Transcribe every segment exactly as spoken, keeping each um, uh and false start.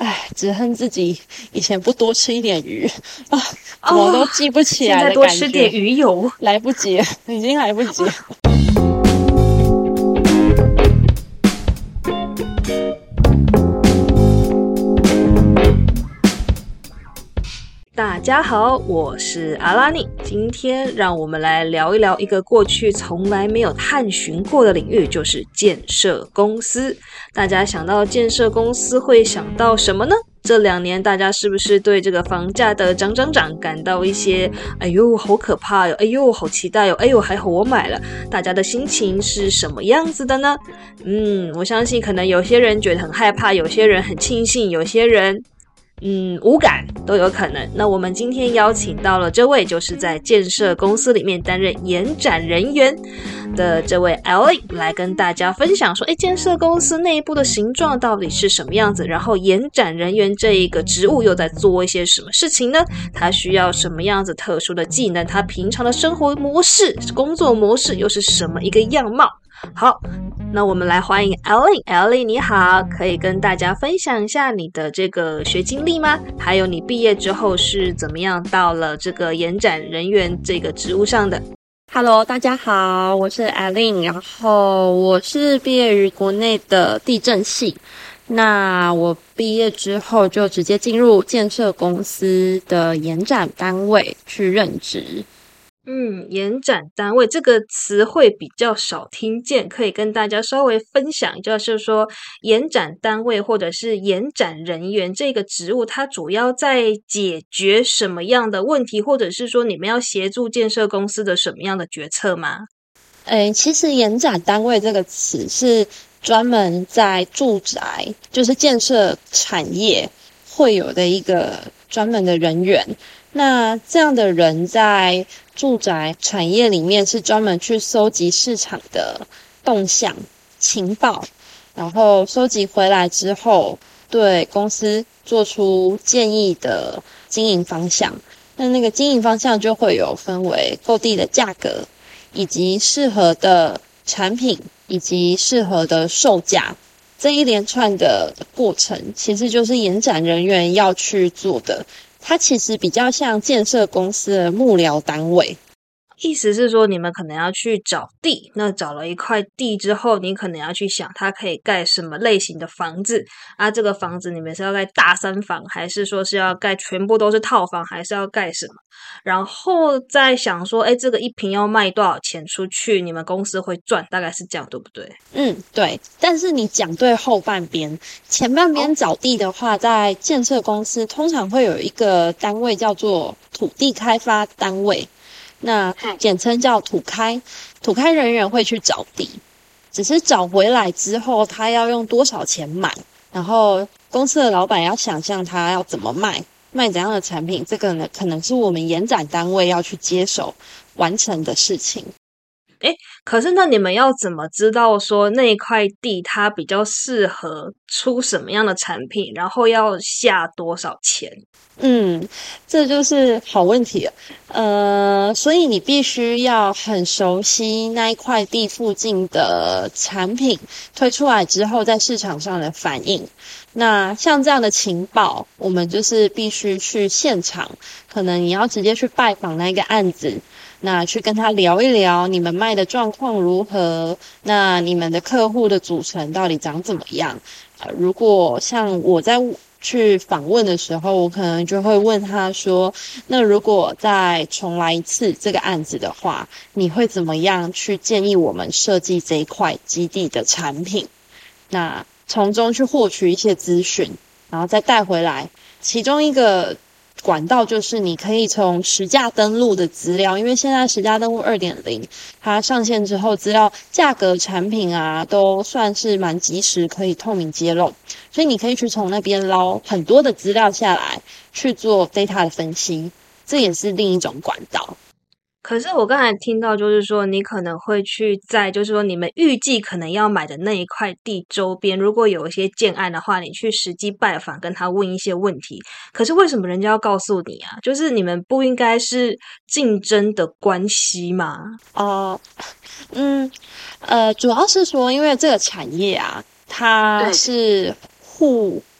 唉，只恨自己以前不多吃一点鱼啊，我都记不起来的感觉。 现在多吃点鱼油， 来不及了，已经来不及了。 大家好，我是阿拉尼。今天让我们来聊一聊一个过去从来没有探寻过的领域，就是建设公司。大家想到建设公司会想到什么呢？这两年大家是不是对这个房价的涨涨涨感到一些哎呦好可怕哟，哎呦好期待哟，哎呦还好我买了，大家的心情是什么样子的呢？嗯，我相信可能有些人觉得很害怕，有些人很庆幸，有些人嗯，无感都有可能。那我们今天邀请到了这位，就是在建设公司里面担任延展人员的这位 Ellie 来跟大家分享说，诶，建设公司内部的形状到底是什么样子？然后延展人员这一个职务又在做一些什么事情呢？他需要什么样子特殊的技能？他平常的生活模式、工作模式又是什么一个样貌？好，那我们来欢迎 Ellie。Ellie 你好，可以跟大家分享一下你的这个学经历吗？还有你毕业之后是怎么样到了这个延展人员这个职务上的？ Hello， 大家好，我是 Eileen， 然后我是毕业于国内的地政系。那我毕业之后就直接进入建设公司的延展单位去任职。 嗯，延展单位这个词汇比较少听见，可以跟大家稍微分享，就是说延展单位或者是延展人员这个职务，它主要在解决什么样的问题，或者是说你们要协助建设公司的什么样的决策吗？ 诶，其实延展单位这个词是专门在住宅，就是建设产业会有的一个专门的人员。那这样的人在住宅产业里面是专门去搜集市场的动向情报，然后收集回来之后对公司做出建议的经营方向。那那个经营方向就会有分为购地的价格，以及适合的产品，以及适合的售价。这一连串的过程其实就是延展人员要去做的，它其实比较像建设公司的幕僚单位。 意思是说你们可能要去找地，那找了一块地之后，你可能要去想它可以盖什么类型的房子啊？这个房子你们是要盖大三房，还是说是要盖全部都是套房，还是要盖什么？然后再想说，哎，这个一坪要卖多少钱出去，你们公司会赚，大概是这样对不对？ 嗯，对。但是你讲对后半边，前半边找地的话，在建设公司通常会有一个单位叫做土地开发单位。那简称叫土开，土开人员会去找地，只是找回来之后，他要用多少钱买，然后公司的老板要想象他要怎么卖，卖怎样的产品，这个呢，可能是我们延展单位要去接手完成的事情。 诶，可是那你们要怎么知道说那一块地它比较适合出什么样的产品，然后要下多少钱？ 嗯，这就是好问题了。呃，所以你必须要很熟悉那一块地附近的产品推出来之后在市场上的反应。那像这样的情报，我们就是必须去现场，可能你要直接去拜访那个案子，那去跟他聊一聊你们卖的状况如何，那你们的客户的组成到底长怎么样。呃，如果像我在去访问的时候，我可能就会问他说，那如果再重来一次这个案子的话，你会怎么样去建议我们设计这一块基地的产品？那从中去获取一些资讯，然后再带回来。其中一个管道就是你可以从实价登录的资料，因为现在实价登录 二点零 它上线之后，资料价格产品啊都算是蛮及时可以透明揭露，所以你可以去从那边捞很多的资料下来去做 data 的分析，这也是另一种管道。 可是我刚才听到，就是说你可能会去在，就是说你们预计可能要买的那一块地周边，如果有一些建案的话，你去实际拜访，跟他问一些问题。可是为什么人家要告诉你啊？就是你们不应该是竞争的关系吗？ 哦、呃，嗯，呃，主要是说，因为这个产业啊，它是互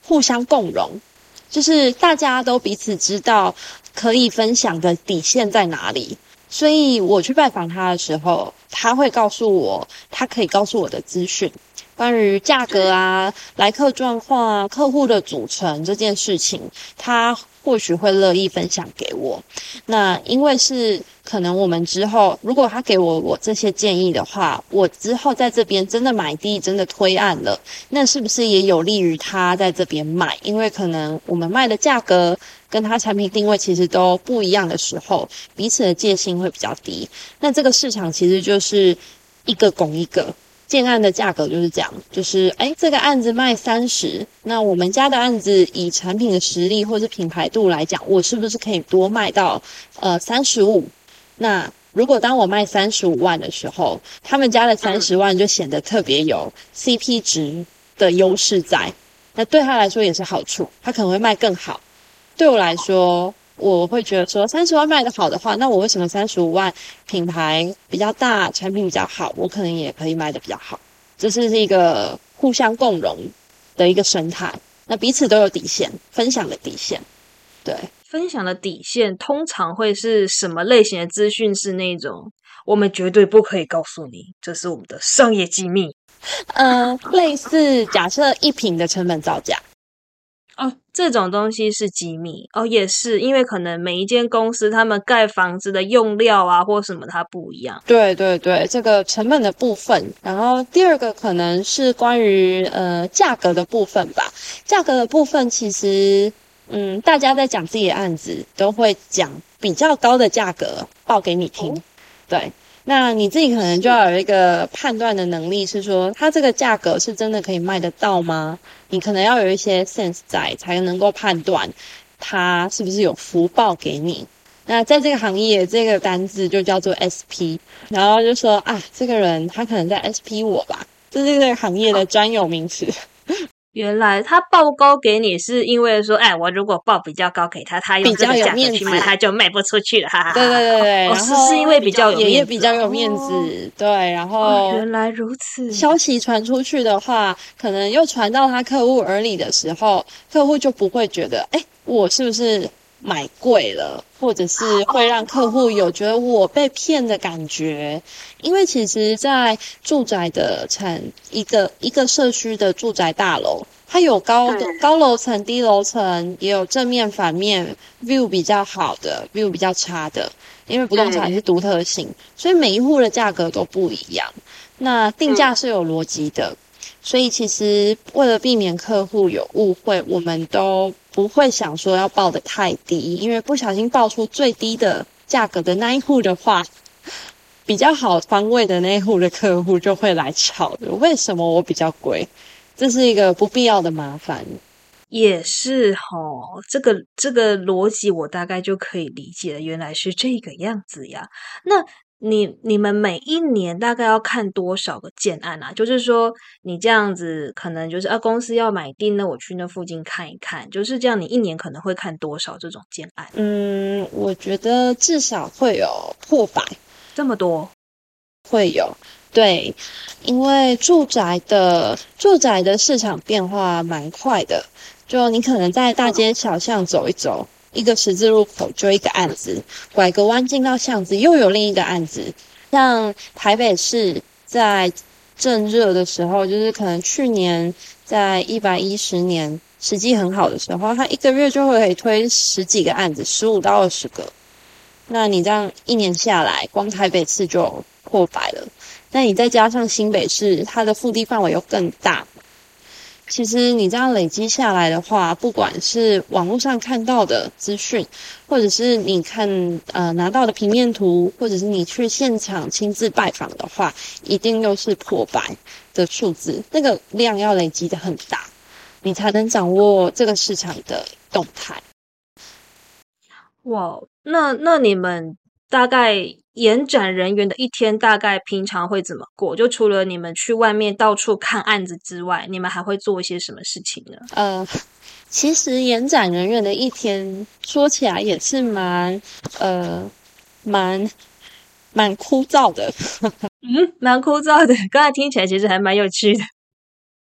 互相共荣，就是大家都彼此知道可以分享的底线在哪里。所以我去拜访他的时候，他会告诉我他可以告诉我的资讯，关于价格啊、来客状况啊、客户的组成这件事情，他或许会乐意分享给我。那因为是可能我们之后，如果他给我我这些建议的话，我之后在这边真的买地、真的推案了，那是不是也有利于他在这边卖？因为可能我们卖的价格跟他产品定位其实都不一样的时候，彼此的戒心会比较低。那这个市场其实就是一个拱一个。建案的价格就是这样，就是诶这个案子卖三十，那我们家的案子以产品的实力或是品牌度来讲，我是不是可以多卖到呃三十五？那如果当我卖三十五万的时候，他们家的三十万就显得特别有 C P 值的优势在，那对他来说也是好处，他可能会卖更好。对我来说，我会觉得说三十万卖得好的话，那我为什么三十五万品牌比较大，产品比较好，我可能也可以卖得比较好。这是一个互相共荣的一个生态，那彼此都有底线，分享的底线。对， 分享的底线通常会是什么类型的资讯？是那种我们绝对不可以告诉你，这是我们的商业机密。 呃，类似假设一坪的成本造价。 哦，这种东西是机密哦，也是因为可能每一间公司他们盖房子的用料啊或什么它不一样。 对对对，这个成本的部分。然后第二个可能是关于呃价格的部分吧。价格的部分其实嗯，大家在讲自己的案子都会讲比较高的价格报给你听。哦、对。那你自己可能就要有一个判断的能力，是说它这个价格是真的可以卖得到吗？你可能要有一些 sense 在，才能够判断它是不是有福报给你。那在这个行业，这个单字就叫做 S P， 然后就说啊，这个人他可能在 S P 我吧，这是这个行业的专有名词。 原来他报高给你是因为说，哎，我如果报比较高给他，他用这个价格去卖，他就卖不出去了，哈哈哈。 对对对对， 哦、 然后是因为比较有面子， 也比较有面子，哦、对，然后、 哦、原来如此。 消息传出去的话，可能又传到他客户耳里的时候，客户就不会觉得，哎，我是不是买贵了，或者是会让客户有觉得我被骗的感觉。因为其实在住宅的产一个一个社区的住宅大楼，它有高的高楼层、低楼层，也有正面反面 view 比较好的 view 比较差的，因为不动产是独特性，所以每一户的价格都不一样。那定价是有逻辑的，所以其实为了避免客户有误会，我们都不会想说要报得太低，因为不小心报出最低的价格的那一户的话，比较好方位的那一户的客户就会来吵的。为什么我比较贵？这是一个不必要的麻烦。 也是齁，这个这个逻辑我大概就可以理解了，原来是这个样子呀。那你你们每一年大概要看多少个建案啊？就是说你这样子可能就是啊，公司要买地呢，我去那附近看一看，就是这样。你一年可能会看多少这种建案？ 嗯，我觉得至少会有破百。 这么多？ 会有。对，因为住宅的住宅的市场变化蛮快的，就你可能在大街小巷走一走，一个十字路口就一个案子，拐个弯进到巷子又有另一个案子。像台北市在正热的时候，就是可能去年在一百一十年时机很好的时候，它一个月就会可以推十几个案子，十五到二十个。那你这样一年下来，光台北市就破百了。那你再加上新北市，它的腹地范围又更大。其实你这样累积下来的话，不管是网络上看到的资讯，或者是你看呃拿到的平面图，或者是你去现场亲自拜访的话，一定又是破百的数字。那个量要累积的很大，你才能掌握这个市场的动态。 哇，那那你们大概延展人员的一天大概平常会怎么过？就除了你们去外面到处看案子之外，你们还会做一些什么事情呢？ 呃，其实延展人员的一天说起来也是蛮呃蛮蛮枯燥的。 嗯，蛮枯燥的。刚才听起来其实还蛮有趣的。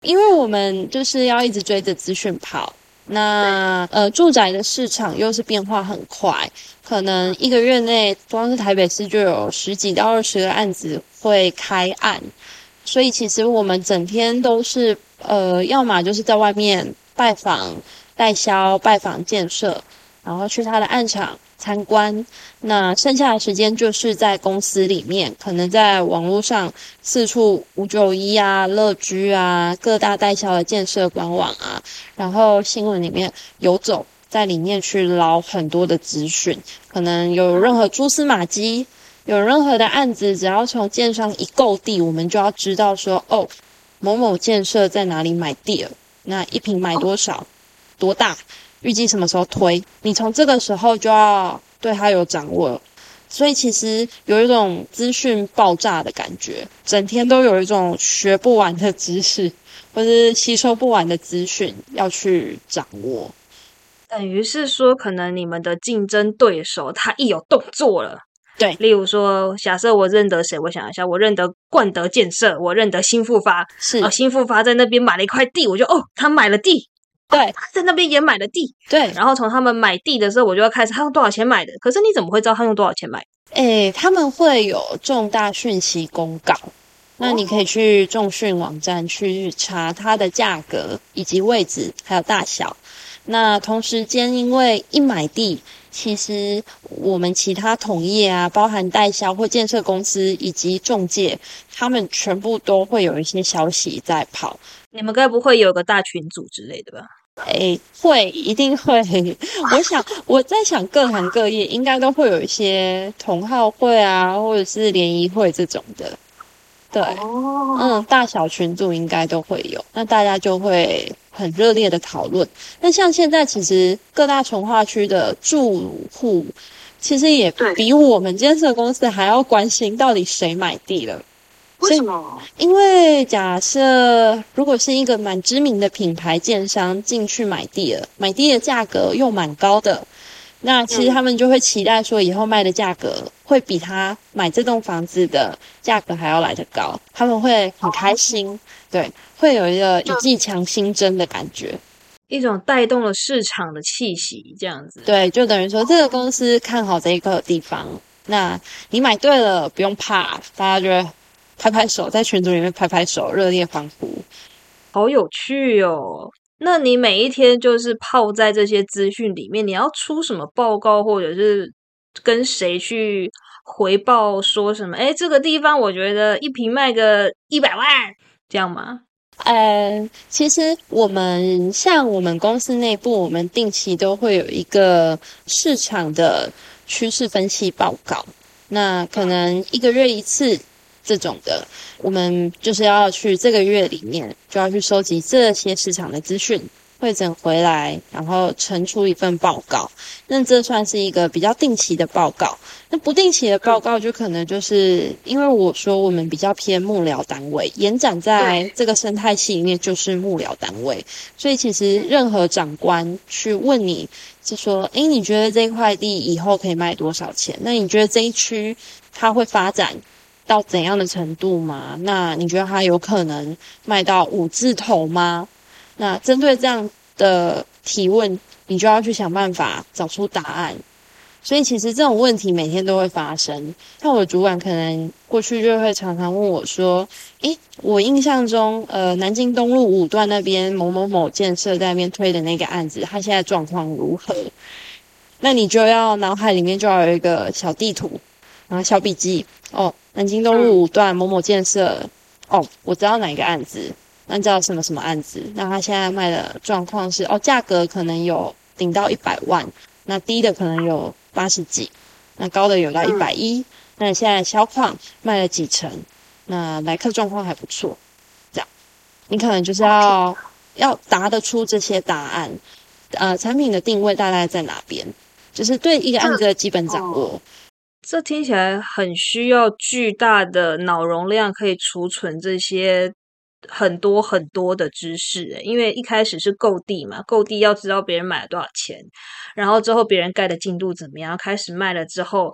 因为我们就是要一直追着资讯跑。那呃，住宅的市场又是变化很快，可能一个月内光是台北市就有十几到二十个案子会开案，所以其实我们整天都是呃，要么就是在外面拜访代销、拜访建设，然后去他的案场参观。那剩下的时间就是在公司里面，可能在网络上四处五九一啊、乐居啊、各大代销的建设官网啊，然后新闻里面游走，在里面去捞很多的资讯，可能有任何蛛丝马迹，有任何的案子，只要从建商一购地，我们就要知道说，哦，某某建设在哪里买地了，那一坪买多少，多大，预计什么时候推，你从这个时候就要对它有掌握。所以其实有一种资讯爆炸的感觉，整天都有一种学不完的知识，或是吸收不完的资讯要去掌握。 等于是说，可能你们的竞争对手他一有动作了， 对， 例如说，假设我认得谁，我想一下，我认得冠德建设，我认得新复发， 是哦，新复发在那边买了一块地，我就哦，他买了地， 对， 哦，他在那边也买了地， 对， 然后从他们买地的时候，我就要开始他用多少钱买的，可是你怎么会知道他用多少钱买？ 诶，他们会有重大讯息公告，那你可以去重讯网站去查它的价格以及位置还有大小。那同时间，因为一买地，其实我们其他同业啊，包含代销或建设公司以及中介，他们全部都会有一些消息在跑。 你们该不会有个大群组之类的吧？ 诶，会，一定会。我想，我在想，各行各业应该都会有一些同好会啊，或者是联谊会这种的。对， 哦， 嗯，大小群组应该都会有，那大家就会很热烈的讨论。那像现在，其实各大重划区的住户，其实也比我们建设公司还要关心到底谁买地了。 为什么？ 因为假设如果是一个蛮知名的品牌建商进去买地了，买地的价格又蛮高的，那其实他们就会期待说以后卖的价格会比他买这栋房子的价格还要来得高，他们会很开心，对，会有一个一剂强心针的感觉， 一种带动了市场的气息，这样子。 对，就等于说这个公司看好这一个地方，那你买对了，不用怕，大家就会拍拍手，在群组里面拍拍手，热烈欢呼。 好有趣哦！那你每一天就是泡在这些资讯里面，你要出什么报告，或者是跟谁去回报说什么？哎，这个地方我觉得一瓶卖个一百万，这样吗？ 呃，其实我们像我们公司内部，我们定期都会有一个市场的趋势分析报告，那可能一个月一次这种的，我们就是要去这个月里面就要去收集这些市场的资讯，汇整回来，然后呈出一份报告。那这算是一个比较定期的报告。那不定期的报告就可能就是因为我说我们比较偏幕僚单位，延展在这个生态系里面就是幕僚单位，所以其实任何长官去问你，就说，诶，你觉得这一块地以后可以卖多少钱？那你觉得这一区它会发展到怎样的程度吗？那你觉得它有可能卖到五字头吗？那针对这样的提问，你就要去想办法找出答案。所以其实这种问题每天都会发生。像我的主管可能过去就会常常问我说，诶，我印象中呃南京东路五段那边某某某建设在那边推的那个案子，它现在状况如何？那你就要脑海里面就要有一个小地图，然后小笔记。哦，南京东路五段某某建设，哦，我知道哪个案子，那叫什么什么案子。那他现在卖的状况是，哦，价格可能有顶到一百万，那低的可能有八十几，那高的有到一百一。那现在销况卖了几成？那来客状况还不错，这样你可能就是要要答得出这些答案。呃，产品的定位大概在哪边？就是对一个案子的基本掌握。 这听起来很需要巨大的脑容量，可以储存这些很多很多的知识。因为一开始是购地嘛，购地要知道别人买了多少钱，然后之后别人盖的进度怎么样，开始卖了之后，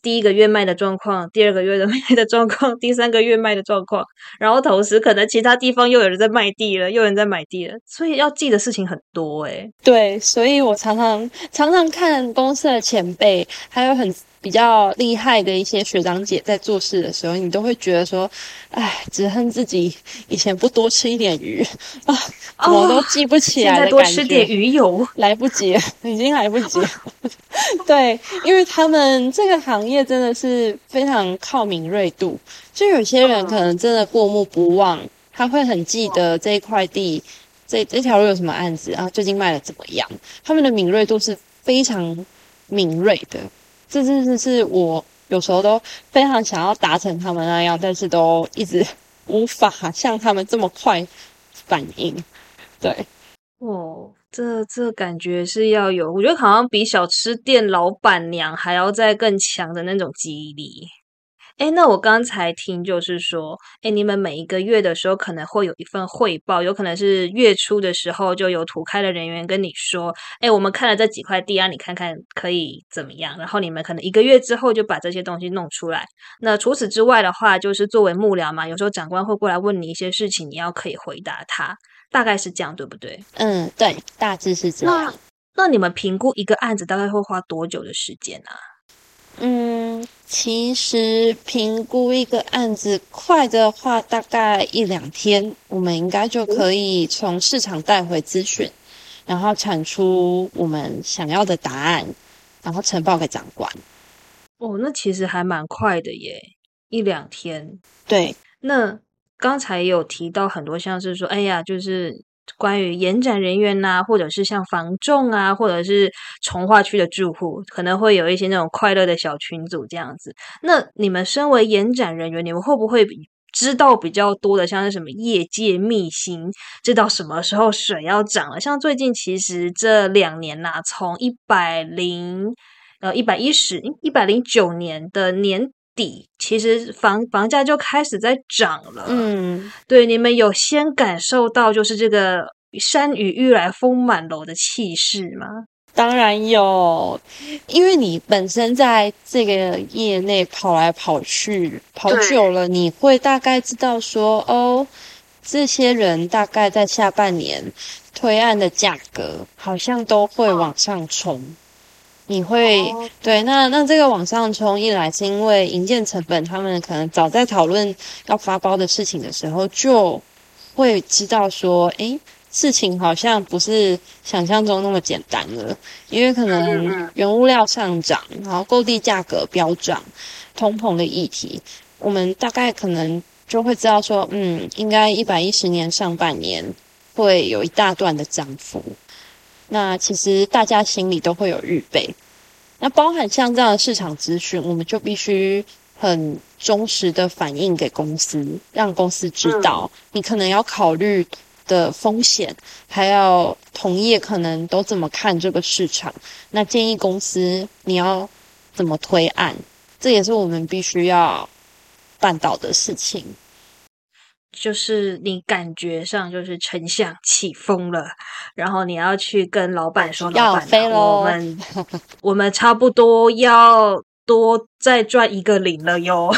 第一个月卖的状况，第二个月的卖的状况，第三个月卖的状况，然后同时可能其他地方又有人在卖地了，又有人在买地了，所以要记的事情很多诶、欸。 对，所以我常常常常看公司的前辈，还有很比较厉害的一些学长姐在做事的时候，你都会觉得说，哎，只恨自己以前不多吃一点鱼啊，怎么都记不起来的感觉。 现在多吃点鱼油， 来不及了，已经来不及了。对，因为他们这个行业真的是非常靠敏锐度，就有些人可能真的过目不忘，他会很记得这一块地。这这条路有什么案子啊？最近卖的怎么样？他们的敏锐度是非常敏锐的，这真的是我有时候都非常想要达成他们那样，但是都一直无法像他们这么快反应。对， 哦，这这感觉是要有，我觉得好像比小吃店老板娘还要再更强的那种记忆力。诶，那我刚才听就是说，诶，你们每一个月的时候可能会有一份汇报，有可能是月初的时候就有土开的人员跟你说，诶，我们看了这几块地啊，你看看可以怎么样？然后你们可能一个月之后就把这些东西弄出来。那除此之外的话，就是作为幕僚嘛，有时候长官会过来问你一些事情，你要可以回答他，大概是这样，对不对？ 嗯，对，大致是这样。 那那你们评估一个案子大概会花多久的时间啊？ 嗯，其实评估一个案子快的话，大概一两天，我们应该就可以从市场带回资讯，然后产出我们想要的答案，然后呈报给长官。 哦，那其实还蛮快的耶，一两天。 对， 那刚才也有提到很多，像是说，哎呀，就是关于延展人员呐、或者是像房仲啊，或者是从化区的住户，可能会有一些那种快乐的小群组这样子。那你们身为延展人员，你们会不会比知道比较多的，像是什么业界秘辛，知道什么时候水要涨了？像最近其实这两年呐、从一百零呃一百一十一百零九年的年底，其实房房价就开始在涨了。 嗯， 对，你们有先感受到就是这个山雨欲来风满楼的气势吗？ 当然有，因为你本身在这个业内跑来跑去，跑久了，你会大概知道说，哦，这些人大概在下半年推案的价格好像都会往上冲。你会、 哦对，那那这个往上冲，一来是因为营建成本，他们可能早在讨论要发包的事情的时候，就会知道说，诶，事情好像不是想象中那么简单了，因为可能原物料上涨，然后购地价格飙涨，通膨的议题，我们大概可能就会知道说，嗯，应该一百一十年上半年会有一大段的涨幅。那其实大家心里都会有预备，那包含像这样的市场资讯，我们就必须很忠实的反映给公司，让公司知道你可能要考虑的风险，还有同业可能都怎么看这个市场。那建议公司你要怎么推案，这也是我们必须要办到的事情。 就是你感觉上就是丞相起风了，然后你要去跟老板说，老要板、啊， 飞咯我们我们差不多要多再赚一个零了哟。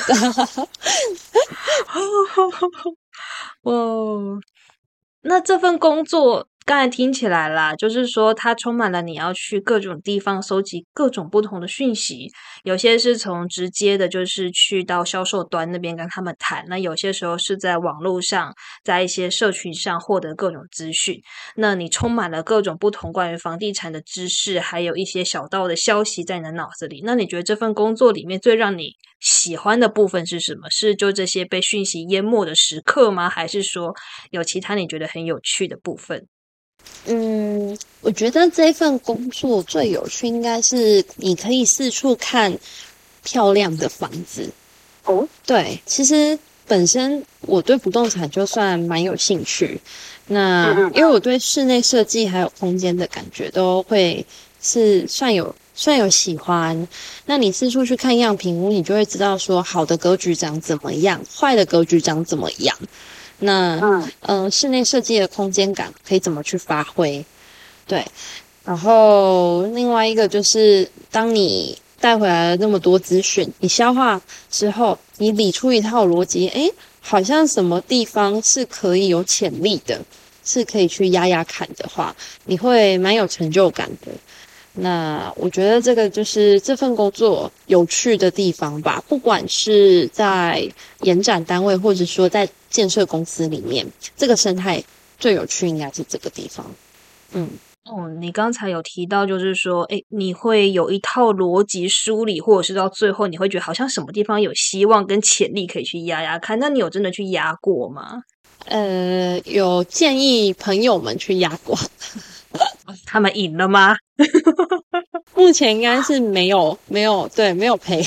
哦，那这份工作刚才听起来啦，就是说它充满了你要去各种地方收集各种不同的讯息，有些是从直接的，就是去到销售端那边跟他们谈，那有些时候是在网络上，在一些社群上获得各种资讯。那你充满了各种不同关于房地产的知识，还有一些小道的消息在你的脑子里。那你觉得这份工作里面最让你喜欢的部分是什么？是就这些被讯息淹没的时刻吗？还是说有其他你觉得很有趣的部分？ 嗯，我觉得这份工作最有趣，应该是你可以四处看漂亮的房子。哦，对，其实本身我对不动产就算蛮有兴趣，那因为我对室内设计还有空间的感觉都会是算有算有喜欢。那你四处去看样品屋，你就会知道说好的格局长怎么样，坏的格局长怎么样。那嗯、呃，室内设计的空间感可以怎么去发挥？对，然后另外一个就是，当你带回来了那么多资讯，你消化之后，你理出一套逻辑，诶，好像什么地方是可以有潜力的，是可以去压压看的话，你会蛮有成就感的。那我觉得这个就是这份工作有趣的地方吧，不管是在延展单位，或者说在建设公司里面，这个生态最有趣应该是这个地方。嗯。 哦，你刚才有提到，就是说，诶，你会有一套逻辑梳理，或者是到最后你会觉得好像什么地方有希望跟潜力可以去压压看，那你有真的去压过吗？ 呃，有建议朋友们去压过， 他们赢了吗？ 目前应该是没有，没有，对，没有赔。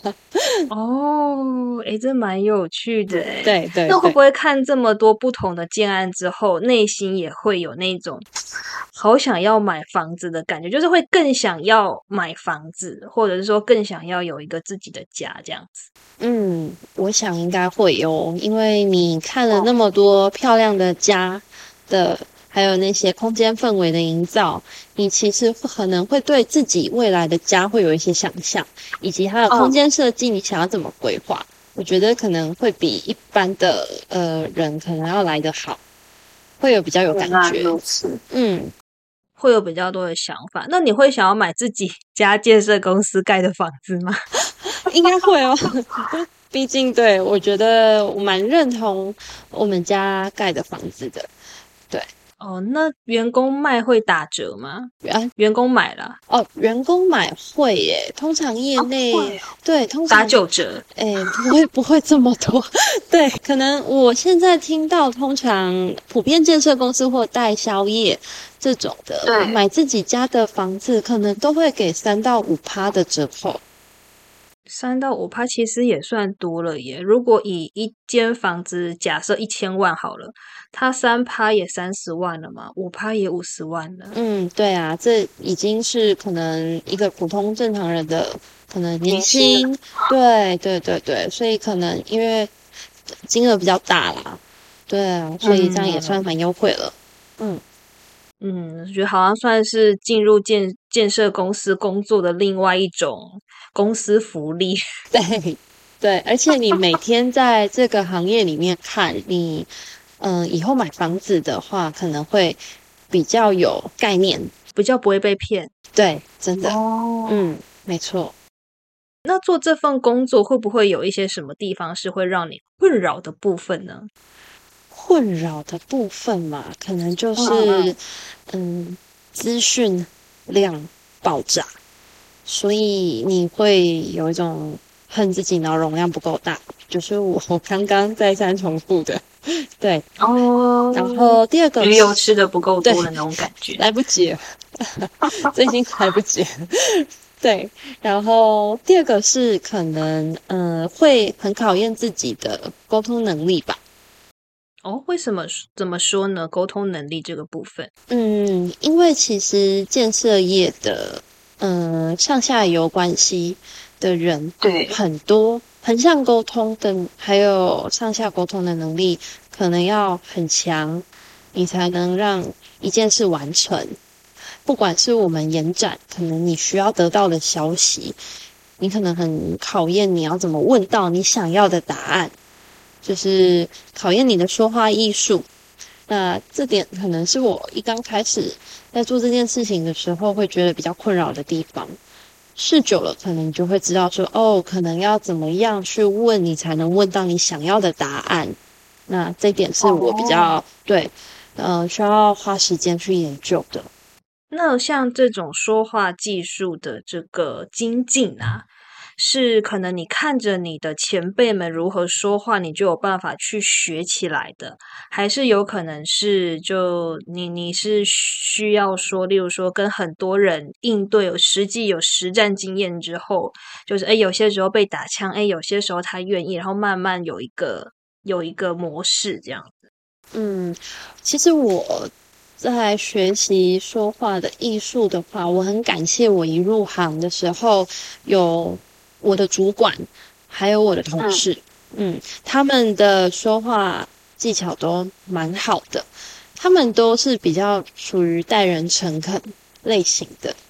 哦，诶，这蛮有趣的诶。 对对那会对， 不会看这么多不同的建案之后，内心也会有那种好想要买房子的感觉，就是会更想要买房子，或者是说更想要有一个自己的家这样子？ 嗯，我想应该会有，因为你看了那么多漂亮的家的，还有那些空间氛围的营造，你其实可能会对自己未来的家会有一些想象，以及它的空间设计，你想要怎么规划？我觉得可能会比一般的呃人可能要来得好，会有比较有感觉。嗯， 会有比较多的想法。那你会想要买自己家建设公司盖的房子吗？ 应该会哦。毕竟对我觉得我蛮认同我们家盖的房子的。对。 哦，那员工卖会打折吗？ 啊， 员工买啦， 哦，员工买会耶，通常业内、对，通打常九折。 诶不会不会这么多。对，可能我现在听到，通常普遍建设公司或代销业这种的， 对买自己家的房子，可能都会给三到五趴的折扣。 三到五趴其实也算多了耶。如果以一间房子假设一千万好了，它三趴也三十万了嘛，五趴也五十万了。 嗯，对啊，这已经是可能一个普通正常人的可能年薪，对对对对，所以可能因为金额比较大啦，对啊，所以这样也算蛮优惠了。嗯嗯，我觉得好像算是进入建建设公司工作的另外一种公司福利。 对对，而且你每天在这个行业里面看，你嗯、呃以后买房子的话，可能会比较有概念。 比较不会被骗。 对，真的， 哦， 嗯，没错。 那做这份工作会不会有一些什么地方是会让你困扰的部分呢？ 困扰的部分嘛，可能就是嗯，资讯量爆炸，所以你会有一种恨自己脑容量不够大，就是我刚刚再三重复的。对， 哦， 然后第二个鱼油吃的不够多对的那种感觉。 来不及了，这已经来不及了。对，然后第二个是可能呃会很考验自己的沟通能力吧。 哦，为什么怎么说呢？沟通能力这个部分， 嗯，因为其实建设业的，嗯、上下游关系的人对很多，横向沟通的，还有上下沟通的能力，可能要很强，你才能让一件事完成。不管是我们延展，可能你需要得到的消息，你可能很考验你要怎么问到你想要的答案，就是考验你的说话艺术。那这点可能是我一刚开始在做这件事情的时候会觉得比较困扰的地方。试久了，可能你就会知道说，哦，可能要怎么样去问你才能问到你想要的答案。那这点是我比较、 哦对，呃，需要花时间去研究的。 那像这种说话技术的这个精进啊，是可能你看着你的前辈们如何说话，你就有办法去学起来的，还是有可能是就你你是需要说，例如说跟很多人应对，有实际有实战经验之后，就是诶有些时候被打枪，诶有些时候他愿意，然后慢慢有一个有一个模式这样。 嗯，其实我在学习说话的艺术的话，我很感谢我一入行的时候有我的主管，还有我的同事，嗯，他们的说话技巧都蛮好的，他们都是比较属于待人诚恳类型的。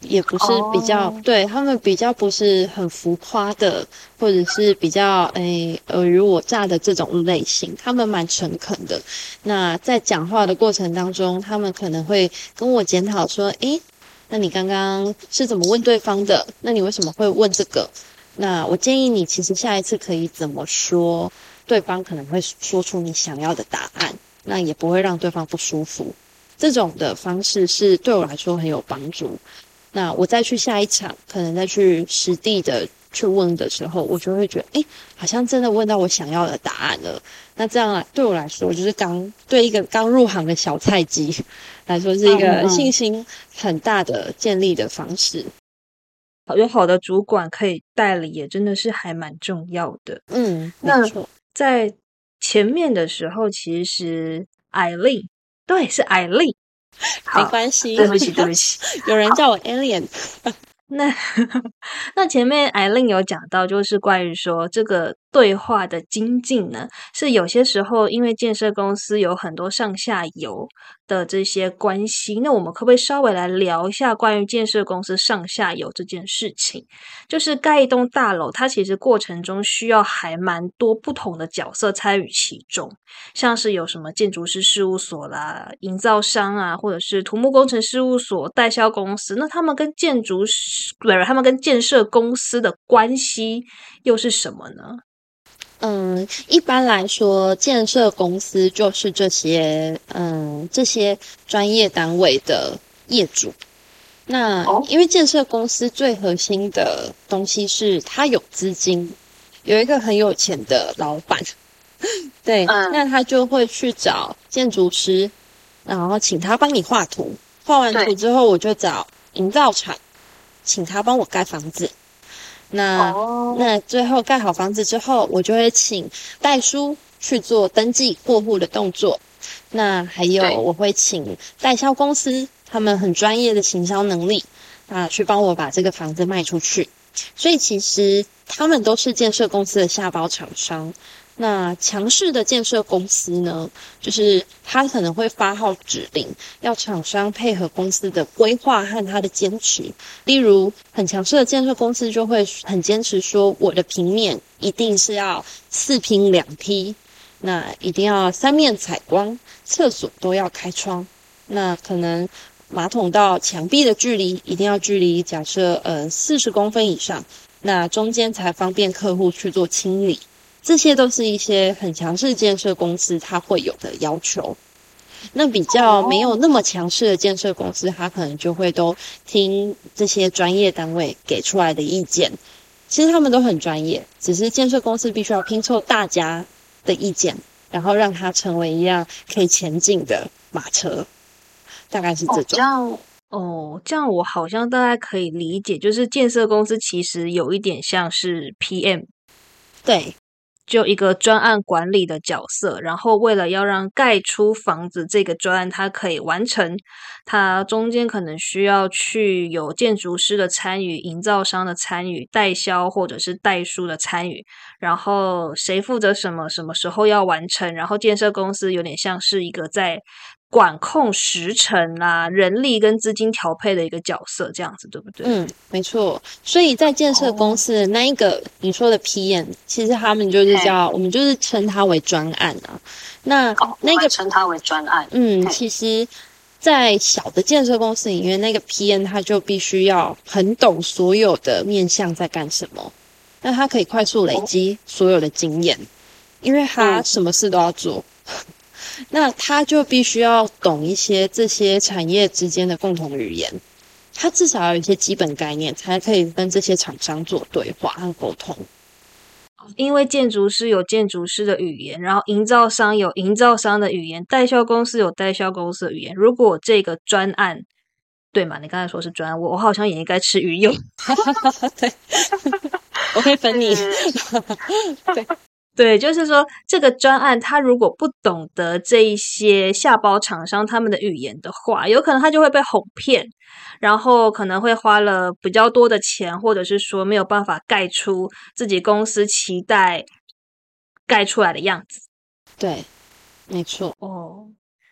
也不是比较、 哦， 对他们比较不是很浮夸的，或者是比较诶尔虞我诈的这种类型，他们蛮诚恳的。那在讲话的过程当中，他们可能会跟我检讨说，诶，那你刚刚是怎么问对方的？那你为什么会问这个？那我建议你其实下一次可以怎么说，对方可能会说出你想要的答案，那也不会让对方不舒服。这种的方式是对我来说很有帮助。那我再去下一场，可能再去实地的去问的时候，我就会觉得，诶，好像真的问到我想要的答案了。那这样对我来说，就是刚对一个刚入行的小菜鸡来说，是一嗯嗯个信嗯， 心很大的建立的方式。 有好的主管可以带领，也真的是还蛮重要的。 嗯，没那错， 在前面的时候，其实艾丽，对，是艾丽。 没好， 关系。 对不起，对不起。 有人叫我 Alien。 那那前面艾琳有讲到，就是关于说这个对话的精进呢，是有些时候因为建设公司有很多上下游的这些关系，那我们可不可以稍微来聊一下关于建设公司上下游这件事情？就是盖一栋大楼，它其实过程中需要还蛮多不同的角色参与其中，像是有什么建筑师事务所啦、营造商啊，或者是土木工程事务所、代销公司，那他们跟建筑师，不是他们跟建设公司的关系又是什么呢？ 嗯，一般来说，建设公司就是这些嗯这些专业单位的业主。那哦， 因为建设公司最核心的东西是它有资金，有一个很有钱的老板，对， 嗯， 那他就会去找建筑师，然后请他帮你画图，画完图对， 之后，我就找营造厂，请他帮我盖房子。那哦， 那最后盖好房子之后，我就会请代书去做登记过户的动作。那还有对， 我会请代销公司，他们很专业的行销能力，啊，去帮我把这个房子卖出去。所以其实他们都是建设公司的下包厂商。那强势的建设公司呢，就是他可能会发号指令，要厂商配合公司的规划和他的坚持。例如，很强势的建设公司就会很坚持说，我的平面一定是要四拼两批，那一定要三面采光，厕所都要开窗。那可能马桶到墙壁的距离一定要距离，假设呃四十公分以上，那中间才方便客户去做清理。这些都是一些很强势建设公司它会有的要求。那比较没有哦， 那么强势的建设公司，它可能就会都听这些专业单位给出来的意见。其实他们都很专业，只是建设公司必须要拼凑大家的意见，然后让它成为一辆可以前进的马车，大概是这哦，这种。 样。哦，这样我好像大概可以理解，就是建设公司其实有一点像是 P M， 对， 就一个专案管理的角色，然后为了要让盖出房子这个专案它可以完成，它中间可能需要去有建筑师的参与、营造商的参与、代销或者是代书的参与，然后谁负责什么，什么时候要完成，然后建设公司有点像是一个在管控时程啦、人力跟资金调配的一个角色，这样子对不对？ 嗯，没错。所以在建设公哦， 司的那一个你说的 P M，其实他们就是嘿， 叫我们就是称它为专案啊。那哦，我那个们称它为专案。 嗯， 嘿， 其实，在小的建设公司里面，那个 P M 他就必须要很懂所有的面向在干什么，那他可以快速累哦， 积所有的经验，因为他嗯， 什么事都要做。那他就必须要懂一些这些产业之间的共同语言，他至少要有一些基本概念，才可以跟这些厂商做对话和沟通。 因为建筑师有建筑师的语言，然后营造商有营造商的语言，代销公司有代销公司的语言。如果这个专案，对嘛？你刚才说是专案，我我好像也应该吃鱼油。 对，我会分你。 是对， 对，就是说这个专案，他如果不懂得这一些下包厂商他们的语言的话，有可能他就会被哄骗，然后可能会花了比较多的钱，或者是说没有办法盖出自己公司期待盖出来的样子。 对，没错。 哦，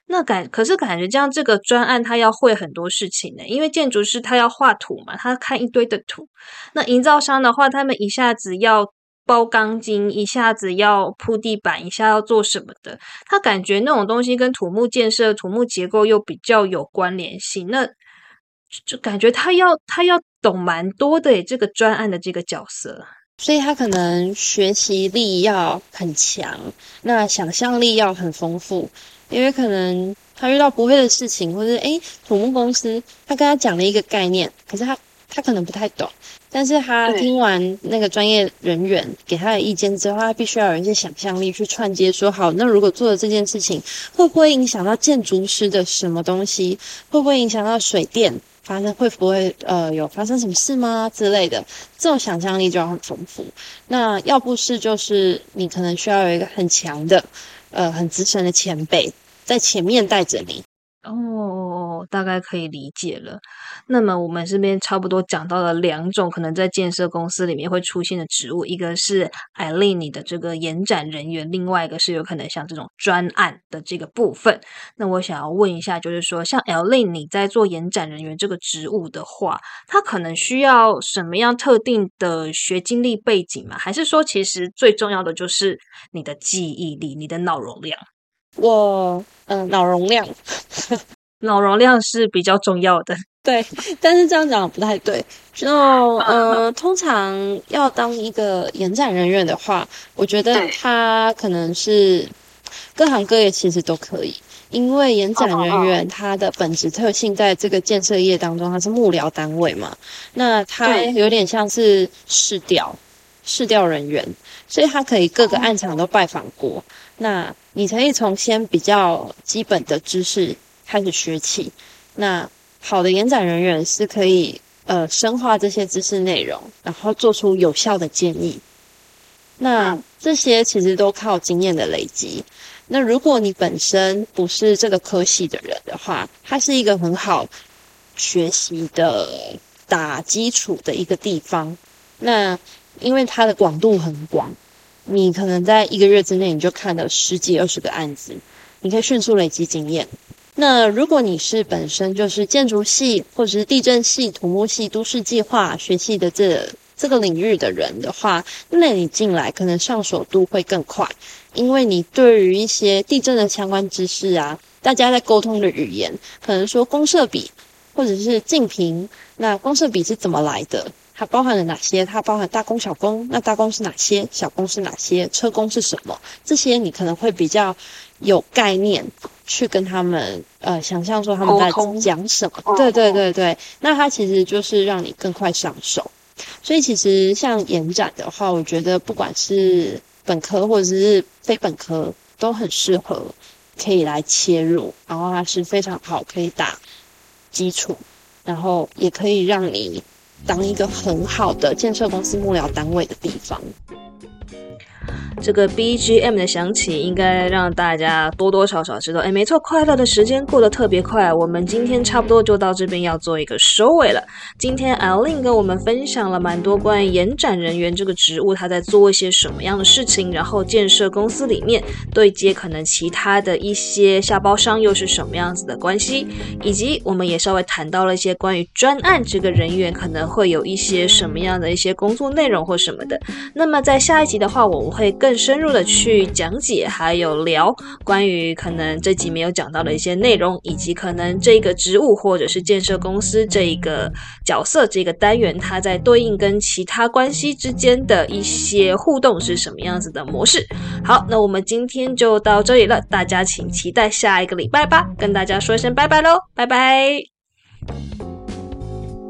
那感可是感觉这样这个专案他要会很多事情呢，因为建筑师他要画图嘛，他看一堆的图。那营造商的话，他们一下子要包钢筋，一下子要铺地板，一下要做什么的，他感觉那种东西跟土木建设、土木结构又比较有关联性。那就感觉他要他要懂蛮多的耶，这个专案的这个角色。 所以他可能学习力要很强，那想象力要很丰富，因为可能他遇到不会的事情，或者诶土木公司他跟他讲了一个概念，可是他他可能不太懂，但是他听完那个专业人员给他的意见之后，他必须要有一些想象力去串接说，好，那如果做了这件事情，会不会影响到建筑师的什么东西？会不会影响到水电？发生会不会呃有发生什么事吗之类的，这种想象力就要很丰富。那要不是就是你可能需要有一个很强的呃很资深的前辈在前面带着你。 哦，大概可以理解了。那么我们这边差不多讲到了两种可能在建设公司里面会出现的职务，一个是Eileen你的这个延展人员，另外一个是有可能像这种专案的这个部分。那我想要问一下，就是说像Eileen你在做延展人员这个职务的话，他可能需要什么样特定的学经历背景吗？还是说其实最重要的就是你的记忆力、你的脑容量？ 我嗯、呃、脑容量脑容量是比较重要的。 对，但是这样讲不太对。就呃，通常要当一个延展人员的话，我觉得他可能是各行各业其实都可以，因为延展人员他的本质特性在这个建设业当中，它是幕僚单位嘛，那他有点像是市调市调人员，所以他可以各个案场都拜访过。那你可以从先比较基本的知识开始学起。那好的延展人员是可以呃深化这些知识内容，然后做出有效的建议。那这些其实都靠经验的累积。那如果你本身不是这个科系的人的话，它是一个很好学习的打基础的一个地方。那因为它的广度很广，你可能在一个月之内你就看了十几二十个案子，你可以迅速累积经验。那如果你是本身就是建筑系或者是地震系、土木系、都市计划学系的这这个领域的人的话，那你进来可能上手度会更快，因为你对于一些地震的相关知识啊，大家在沟通的语言，可能说公设比或者是净平，那公设比是怎么来的？它包含了哪些？它包含大工、小工，那大工是哪些？小工是哪些？车工是什么？这些你可能会比较有概念去跟他们呃想象说他们在讲什么。对对对对，那它其实就是让你更快上手。所以其实像延展的话，我觉得不管是本科或者是非本科都很适合可以来切入，然后它是非常好可以打基础，然后也可以让你当一个很好的建设公司幕僚单位的地方。 这个 B G M 的响起应该让大家多多少少知道，哎，没错，快乐的时间过得特别快。我们今天差不多就到这边要做一个收尾了。今天 Eileen 跟我们分享了蛮多关于延展人员这个职务，他在做一些什么样的事情，然后建设公司里面对接可能其他的一些下包商又是什么样子的关系，以及我们也稍微谈到了一些关于专案这个人员可能会有一些什么样的一些工作内容或什么的。那么在下一集的话，我们会更深入的去讲解还有聊关于可能这集没有讲到的一些内容，以及可能这个职务或者是建设公司这一个角色这个单元它在对应跟其他关系之间的一些互动是什么样子的模式。好，那我们今天就到这里了，大家请期待下一个礼拜吧，跟大家说一声拜拜咯，拜拜。